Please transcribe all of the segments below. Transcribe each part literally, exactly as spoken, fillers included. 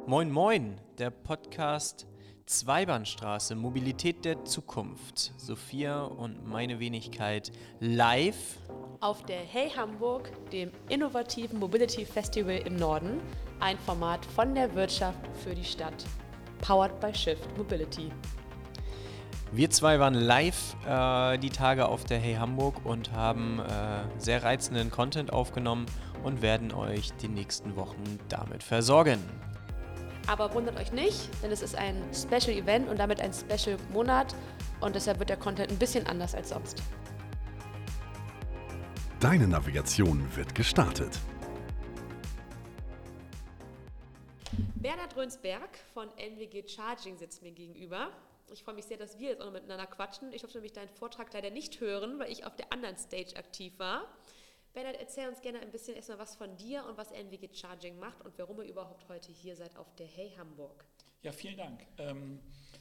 Moin Moin, der Podcast Zweibahnstraße, Mobilität der Zukunft. Sophia und meine Wenigkeit live auf der Hey Hamburg, dem innovativen Mobility Festival im Norden, ein Format von der Wirtschaft für die Stadt. Powered by Shift Mobility. Wir zwei waren live äh, die Tage auf der Hey Hamburg und haben äh, sehr reizenden Content aufgenommen und werden euch die nächsten Wochen damit versorgen. Aber wundert euch nicht, denn es ist ein Special Event und damit ein Special Monat und deshalb wird der Content ein bisschen anders als sonst. Deine Navigation wird gestartet. Bernhard Rönsberg von N W G Charging sitzt mir gegenüber. Ich freue mich sehr, dass wir jetzt auch noch miteinander quatschen. Ich durfte nämlich deinen Vortrag leider nicht hören, weil ich auf der anderen Stage aktiv war. Bernhard, erzähl uns gerne ein bisschen erstmal was von dir und was N W G Charging macht und warum ihr überhaupt heute hier seid auf der Hey Hamburg. Ja, vielen Dank. Ähm,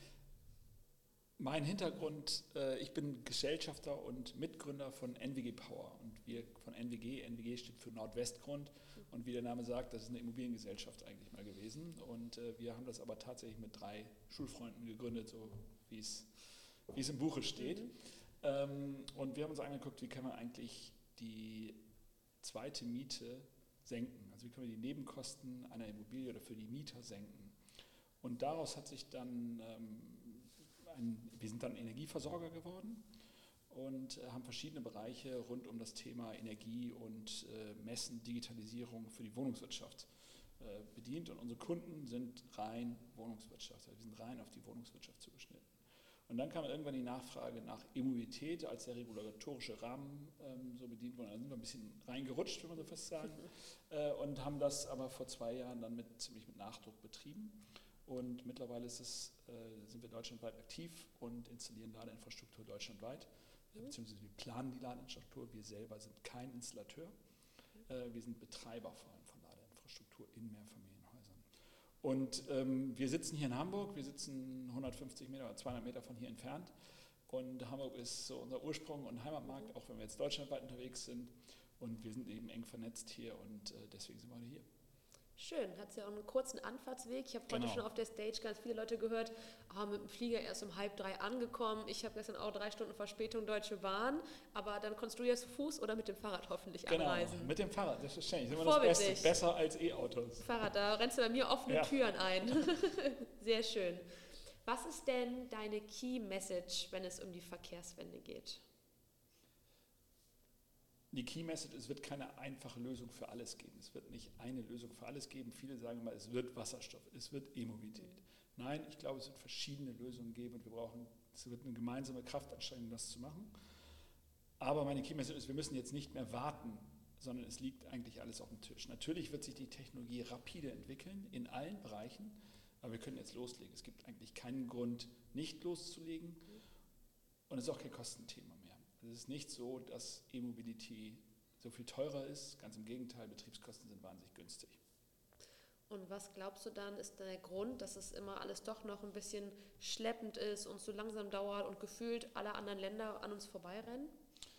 mein Hintergrund, äh, ich bin Gesellschafter und Mitgründer von N W G Power und wir von N W G, N W G steht für Nordwestgrund und wie der Name sagt, das ist eine Immobiliengesellschaft eigentlich mal gewesen und äh, wir haben das aber tatsächlich mit drei Schulfreunden gegründet, so wie es wie es im Buche steht. Mhm. Ähm, und wir haben uns angeguckt, wie kann man eigentlich die zweite Miete senken. Also wie können wir die Nebenkosten einer Immobilie oder für die Mieter senken. Und daraus hat sich dann, ähm, ein, wir sind dann Energieversorger geworden und äh, haben verschiedene Bereiche rund um das Thema Energie und äh, Messen, Digitalisierung für die Wohnungswirtschaft äh, bedient. Und unsere Kunden sind rein Wohnungswirtschaft, also wir sind rein auf die Wohnungswirtschaft zugeschnitten. Und dann kam irgendwann die Nachfrage nach E-Mobilität, als der regulatorische Rahmen ähm, so bedient wurde. Da sind wir ein bisschen reingerutscht, wenn man so fast sagen, äh, und haben das aber vor zwei Jahren dann mit, ziemlich mit Nachdruck betrieben. Und mittlerweile ist es, äh, sind wir deutschlandweit aktiv und installieren Ladeinfrastruktur deutschlandweit, mhm. beziehungsweise wir planen die Ladeinfrastruktur. Wir selber sind kein Installateur, äh, wir sind Betreiber vor allem von Ladeinfrastruktur in Mehrfamilienhäusern. Und ähm, wir sitzen hier in Hamburg, wir sitzen hundertfünfzig Meter oder zweihundert Meter von hier entfernt und Hamburg ist so unser Ursprung und Heimatmarkt, auch wenn wir jetzt deutschlandweit unterwegs sind und wir sind eben eng vernetzt hier und äh, deswegen sind wir heute hier. Schön, hat es ja auch einen kurzen Anfahrtsweg. Ich habe heute genau. schon auf der Stage ganz viele Leute gehört, ah, mit dem Flieger erst um halb drei angekommen. Ich habe gestern auch drei Stunden Verspätung Deutsche Bahn, aber dann konntest du ja zu Fuß oder mit dem Fahrrad hoffentlich genau, anreisen. Mit dem Fahrrad, das ist schön. Sind wir das Beste, besser als E-Autos. Fahrrad, da rennst du bei mir offene ja. Türen ein. Sehr schön. Was ist denn deine Key Message, wenn es um die Verkehrswende geht? Die Key Message, es wird keine einfache Lösung für alles geben. Es wird nicht eine Lösung für alles geben. Viele sagen immer, es wird Wasserstoff, es wird E-Mobilität. Mhm. Nein, ich glaube, es wird verschiedene Lösungen geben und wir brauchen, es wird eine gemeinsame Kraftanstrengung, das zu machen. Aber meine Key Message ist, wir müssen jetzt nicht mehr warten, sondern es liegt eigentlich alles auf dem Tisch. Natürlich wird sich die Technologie rapide entwickeln, in allen Bereichen, aber wir können jetzt loslegen. Es gibt eigentlich keinen Grund, nicht loszulegen mhm. und es ist auch kein Kostenthema mehr. Es ist nicht so, dass E-Mobility so viel teurer ist. Ganz im Gegenteil, Betriebskosten sind wahnsinnig günstig. Und was glaubst du dann, ist der Grund, dass es immer alles doch noch ein bisschen schleppend ist und so langsam dauert und gefühlt alle anderen Länder an uns vorbeirennen?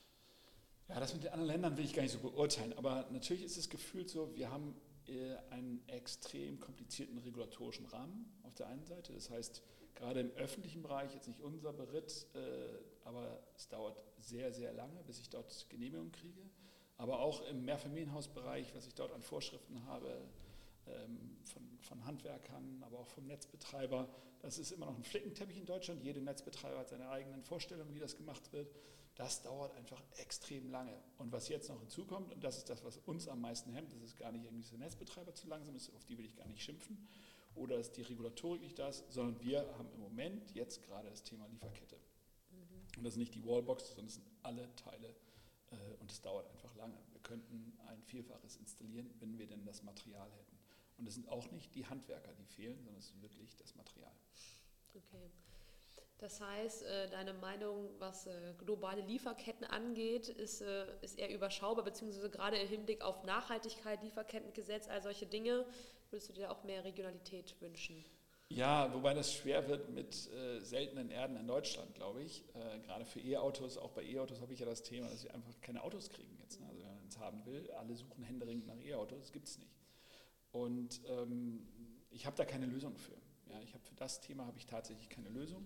Ja, das mit den anderen Ländern will ich gar nicht so beurteilen. Aber natürlich ist es gefühlt so, wir haben äh, einen extrem komplizierten regulatorischen Rahmen auf der einen Seite. Das heißt, gerade im öffentlichen Bereich, jetzt nicht unser Beritt, äh, aber es dauert sehr, sehr lange, bis ich dort Genehmigung kriege. Aber auch im Mehrfamilienhausbereich, was ich dort an Vorschriften habe, ähm, von, von Handwerkern, aber auch vom Netzbetreiber, das ist immer noch ein Flickenteppich in Deutschland. Jeder Netzbetreiber hat seine eigenen Vorstellungen, wie das gemacht wird. Das dauert einfach extrem lange. Und was jetzt noch hinzukommt, und das ist das, was uns am meisten hemmt, das ist gar nicht irgendwie, dass der Netzbetreiber zu langsam ist, auf die will ich gar nicht schimpfen, oder ist die Regulatorik nicht das, sondern wir haben im Moment jetzt gerade das Thema Lieferkette. Mhm. Und das ist nicht die Wallbox, sondern es sind alle Teile äh, und es dauert einfach lange. Wir könnten ein Vielfaches installieren, wenn wir denn das Material hätten. Und es sind auch nicht die Handwerker, die fehlen, sondern es ist wirklich das Material. Okay. Das heißt, deine Meinung, was globale Lieferketten angeht, ist, ist eher überschaubar, beziehungsweise gerade im Hinblick auf Nachhaltigkeit, Lieferkettengesetz, all solche Dinge, würdest du dir auch mehr Regionalität wünschen? Ja, wobei das schwer wird mit äh, seltenen Erden in Deutschland, glaube ich. Äh, gerade für E-Autos, auch bei E-Autos habe ich ja das Thema, dass wir einfach keine Autos kriegen jetzt. Ne? Also wenn man es haben will, alle suchen händeringend nach E-Autos, das gibt es nicht. Und ähm, ich habe da keine Lösung für. Ja, ich habe für das Thema habe ich tatsächlich keine Lösung.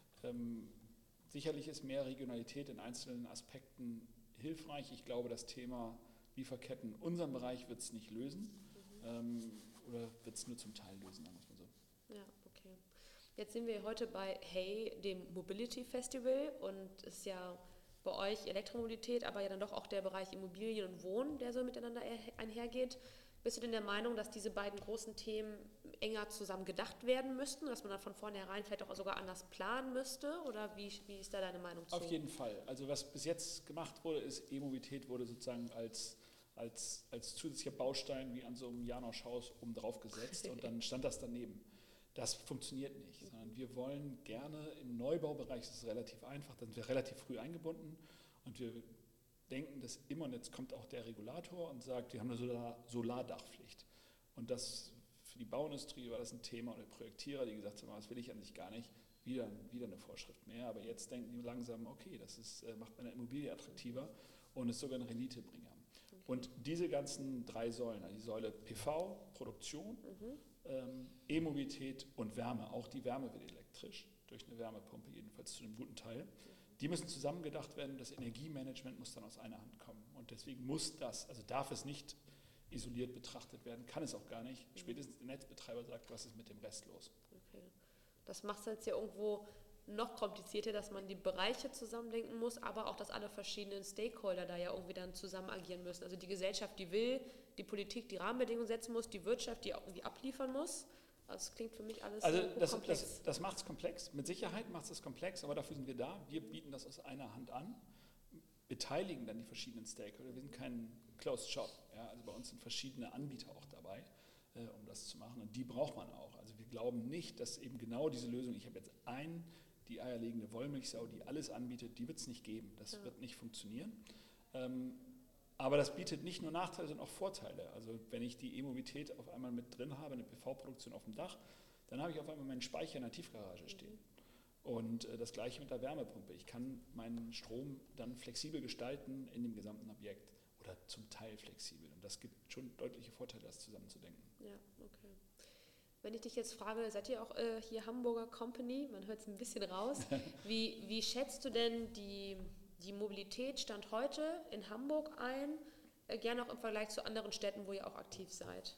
Ähm, sicherlich ist mehr Regionalität in einzelnen Aspekten hilfreich. Ich glaube, das Thema Lieferketten in unserem Bereich wird es nicht lösen mhm. ähm, oder wird es nur zum Teil lösen, sagen wir es mal so. Ja, okay. Jetzt sind wir heute bei Hey, dem Mobility Festival, und es ist ja bei euch Elektromobilität, aber ja dann doch auch der Bereich Immobilien und Wohnen, der so miteinander einhergeht. Bist du denn der Meinung, dass diese beiden großen Themen enger zusammen gedacht werden müssten, dass man dann von vornherein vielleicht auch sogar anders planen müsste? Oder wie, wie ist da deine Meinung zu? Auf jeden Fall. Also was bis jetzt gemacht wurde, ist, E-Mobilität wurde sozusagen als, als, als zusätzlicher Baustein wie an so einem Janosch-Haus oben drauf gesetzt und dann stand das daneben. Das funktioniert nicht, sondern wir wollen gerne im Neubaubereich, das ist relativ einfach, dann sind wir relativ früh eingebunden und wir denken das immer, und jetzt kommt auch der Regulator und sagt, wir haben eine Solar- Solardachpflicht. Und das für die Bauindustrie war das ein Thema, oder Projektierer, die gesagt haben, das will ich an sich gar nicht, wieder, wieder eine Vorschrift mehr. Aber jetzt denken die langsam, okay, das ist, macht meine Immobilie attraktiver und ist sogar ein Renditebringer. Okay. Und diese ganzen drei Säulen, also die Säule P V, Produktion, mhm. ähm, E-Mobilität und Wärme, auch die Wärme wird elektrisch, durch eine Wärmepumpe jedenfalls zu einem guten Teil. Die müssen zusammengedacht werden, das Energiemanagement muss dann aus einer Hand kommen. Und deswegen muss das, also darf es nicht isoliert betrachtet werden, kann es auch gar nicht. Spätestens der Netzbetreiber sagt, was ist mit dem Rest los. Okay. Das macht es jetzt ja irgendwo noch komplizierter, dass man die Bereiche zusammendenken muss, aber auch, dass alle verschiedenen Stakeholder da ja irgendwie dann zusammen agieren müssen. Also die Gesellschaft, die will, die Politik, die Rahmenbedingungen setzen muss, die Wirtschaft, die auch irgendwie abliefern muss. Das klingt für mich alles also so das, komplex. Das, das macht es komplex. Mit Sicherheit macht es komplex, aber dafür sind wir da. Wir bieten das aus einer Hand an, beteiligen dann die verschiedenen Stakeholder. Wir sind kein Closed Shop. Ja? Also bei uns sind verschiedene Anbieter auch dabei, äh, um das zu machen. Und die braucht man auch. Also wir glauben nicht, dass eben genau diese Lösung, ich habe jetzt einen, die eierlegende Wollmilchsau, die alles anbietet, die wird es nicht geben. Das ja. wird nicht funktionieren. Ähm, Aber das bietet nicht nur Nachteile, sondern auch Vorteile. Also wenn ich die E-Mobilität auf einmal mit drin habe, eine P V-Produktion auf dem Dach, dann habe ich auf einmal meinen Speicher in der Tiefgarage stehen. Mhm. Und äh, das gleiche mit der Wärmepumpe. Ich kann meinen Strom dann flexibel gestalten in dem gesamten Objekt oder zum Teil flexibel. Und das gibt schon deutliche Vorteile, das zusammenzudenken. Ja, okay. Wenn ich dich jetzt frage, seid ihr auch äh, hier Hamburger Company? Man hört es ein bisschen raus. Wie, wie schätzt du denn die... die Mobilität Stand heute in Hamburg ein, äh, gerne auch im Vergleich zu anderen Städten, wo ihr auch aktiv seid?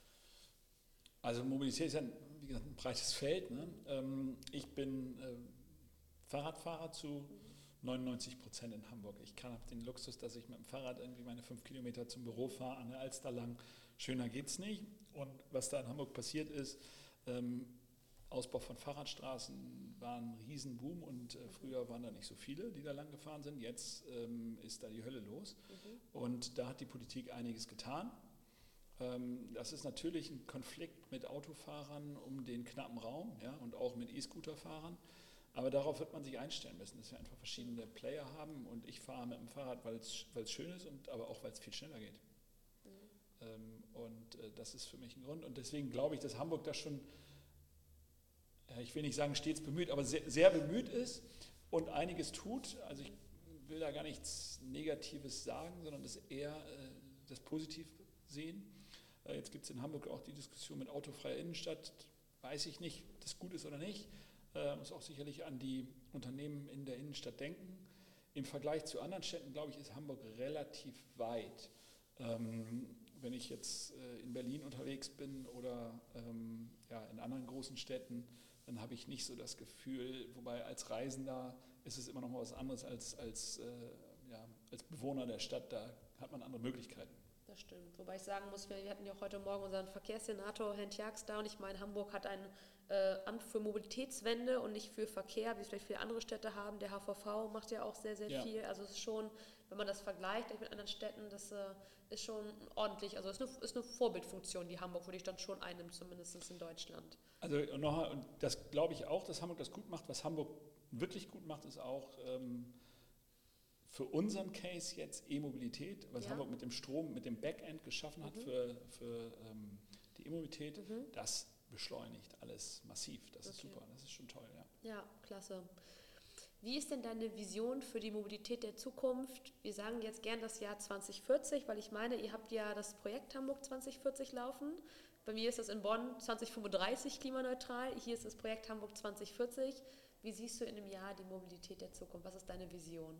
Also Mobilität ist ja ein, wie gesagt, ein breites Feld. Ne? Ähm, ich bin äh, Fahrradfahrer zu mhm. neunundneunzig Prozent in Hamburg. Ich habe den Luxus, dass ich mit dem Fahrrad irgendwie meine fünf Kilometer zum Büro fahre, an der Alster lang. Schöner geht's nicht. Und was da in Hamburg passiert ist, ähm, Ausbau von Fahrradstraßen war ein Riesenboom und äh, früher waren da nicht so viele, die da lang gefahren sind. Jetzt ähm, ist da die Hölle los mhm. und da hat die Politik einiges getan. Ähm, das ist natürlich ein Konflikt mit Autofahrern um den knappen Raum, ja, und auch mit E-Scooter-Fahrern. Aber darauf wird man sich einstellen müssen, dass wir einfach verschiedene Player haben und ich fahre mit dem Fahrrad, weil es schön ist, und aber auch weil es viel schneller geht. Mhm. Ähm, und äh, das ist für mich ein Grund und deswegen glaube ich, dass Hamburg da schon, ich will nicht sagen stets bemüht, aber sehr, sehr bemüht ist und einiges tut. Also ich will da gar nichts Negatives sagen, sondern das eher äh, das Positiv sehen. Äh, jetzt gibt es in Hamburg auch die Diskussion mit autofreier Innenstadt. Weiß ich nicht, ob das gut ist oder nicht. Äh, muss auch sicherlich an die Unternehmen in der Innenstadt denken. Im Vergleich zu anderen Städten, glaube ich, ist Hamburg relativ weit. Ähm, wenn ich jetzt äh, in Berlin unterwegs bin oder ähm, ja, in anderen großen Städten, dann habe ich nicht so das Gefühl, wobei als Reisender ist es immer noch mal was anderes als, als, äh, ja, als Bewohner der Stadt, da hat man andere Möglichkeiten. Das stimmt, wobei ich sagen muss, wir hatten ja auch heute Morgen unseren Verkehrssenator Herrn Tjax da und ich meine, Hamburg hat ein äh, Amt für Mobilitätswende und nicht für Verkehr, wie es vielleicht viele andere Städte haben. Der H V V macht ja auch sehr, sehr ja. viel, also es ist schon, wenn man das vergleicht mit anderen Städten, das äh, ist schon ordentlich, also es ist eine, ist eine Vorbildfunktion, die Hamburg, würde ich dann schon einnimmt, zumindest in Deutschland. Also noch, und das glaube ich auch, dass Hamburg das gut macht. Was Hamburg wirklich gut macht, ist auch ähm, für unseren Case jetzt E-Mobilität, was ja. Hamburg mit dem Strom, mit dem Backend geschaffen hat mhm. für, für ähm, die E-Mobilität, mhm. das beschleunigt alles massiv. Das okay. ist super, das ist schon toll. Ja, ja klasse. Wie ist denn deine Vision für die Mobilität der Zukunft? Wir sagen jetzt gern das Jahr zwanzig vierzig, weil ich meine, ihr habt ja das Projekt Hamburg zwanzig vierzig laufen. Bei mir ist das in Bonn zwanzig fünfunddreißig klimaneutral. Hier ist das Projekt Hamburg zwanzig vierzig. Wie siehst du in einem Jahr die Mobilität der Zukunft? Was ist deine Vision?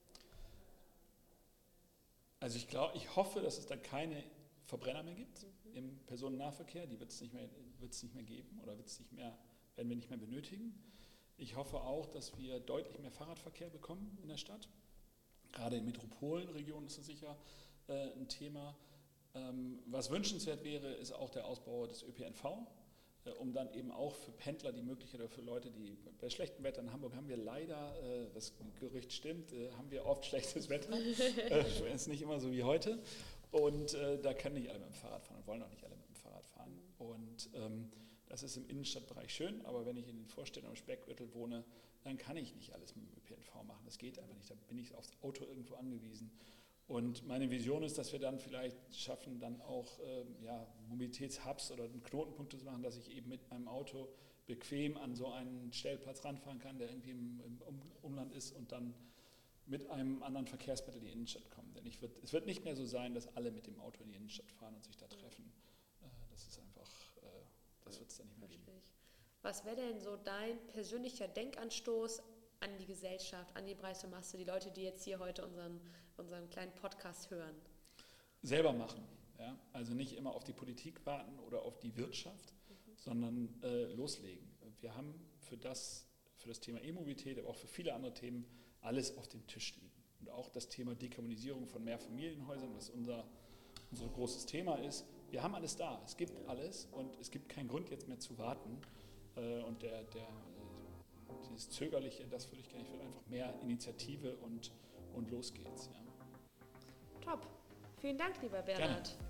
Also ich glaube, ich hoffe, dass es da keine Verbrenner mehr gibt mhm. im Personennahverkehr. Die wird es nicht mehr, wird es nicht mehr geben oder wird es nicht mehr, werden wir nicht mehr benötigen. Ich hoffe auch, dass wir deutlich mehr Fahrradverkehr bekommen in der Stadt. Gerade in Metropolenregionen ist das sicher äh, ein Thema. Ähm, was wünschenswert wäre, ist auch der Ausbau des Ö P N V, äh, um dann eben auch für Pendler die Möglichkeit oder für Leute, die bei schlechtem Wetter in Hamburg haben wir leider, äh, das Gerücht stimmt, äh, haben wir oft schlechtes Wetter. äh, ist nicht immer so wie heute. Und äh, da können nicht alle mit dem Fahrrad fahren und wollen auch nicht alle mit dem Fahrrad fahren. Und ähm, das ist im Innenstadtbereich schön, aber wenn ich in den Vorstädten am Speckgürtel wohne, dann kann ich nicht alles mit dem Ö P N V machen. Das geht einfach nicht, da bin ich aufs Auto irgendwo angewiesen. Und meine Vision ist, dass wir dann vielleicht schaffen, dann auch ähm, ja, Mobilitätshubs oder einen Knotenpunkt zu machen, dass ich eben mit meinem Auto bequem an so einen Stellplatz ranfahren kann, der irgendwie im, im Umland ist und dann mit einem anderen Verkehrsmittel in die Innenstadt kommen. Denn ich wird, es wird nicht mehr so sein, dass alle mit dem Auto in die Innenstadt fahren und sich da treffen. Äh, das ist einfach... Äh, Das wird es dann nicht mehr geben. Was wäre denn so dein persönlicher Denkanstoß an die Gesellschaft, an die breite Masse, die Leute, die jetzt hier heute unseren, unseren kleinen Podcast hören? Selber machen. Ja? Also nicht immer auf die Politik warten oder auf die Wirtschaft, mhm. sondern äh, loslegen. Wir haben für das, für das Thema E-Mobilität, aber auch für viele andere Themen alles auf dem Tisch liegen. Und auch das Thema Dekarbonisierung von Mehrfamilienhäusern, was unser, unser großes Thema ist. Wir haben alles da, es gibt alles und es gibt keinen Grund jetzt mehr zu warten. Und der, der, dieses Zögerliche, das würde ich gerne, ich will einfach mehr Initiative und, und los geht's. Ja. Top. Vielen Dank, lieber Bernhard. Gerne.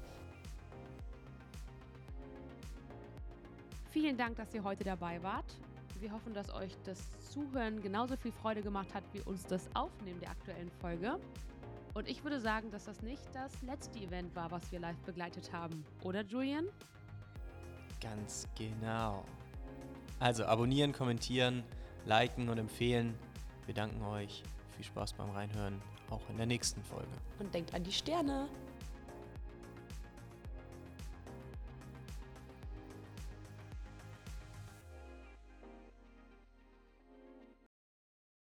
Vielen Dank, dass ihr heute dabei wart. Wir hoffen, dass euch das Zuhören genauso viel Freude gemacht hat, wie uns das Aufnehmen der aktuellen Folge. Und ich würde sagen, dass das nicht das letzte Event war, was wir live begleitet haben. Oder, Julian? Ganz genau. Also abonnieren, kommentieren, liken und empfehlen. Wir danken euch. Viel Spaß beim Reinhören, auch in der nächsten Folge. Und denkt an die Sterne.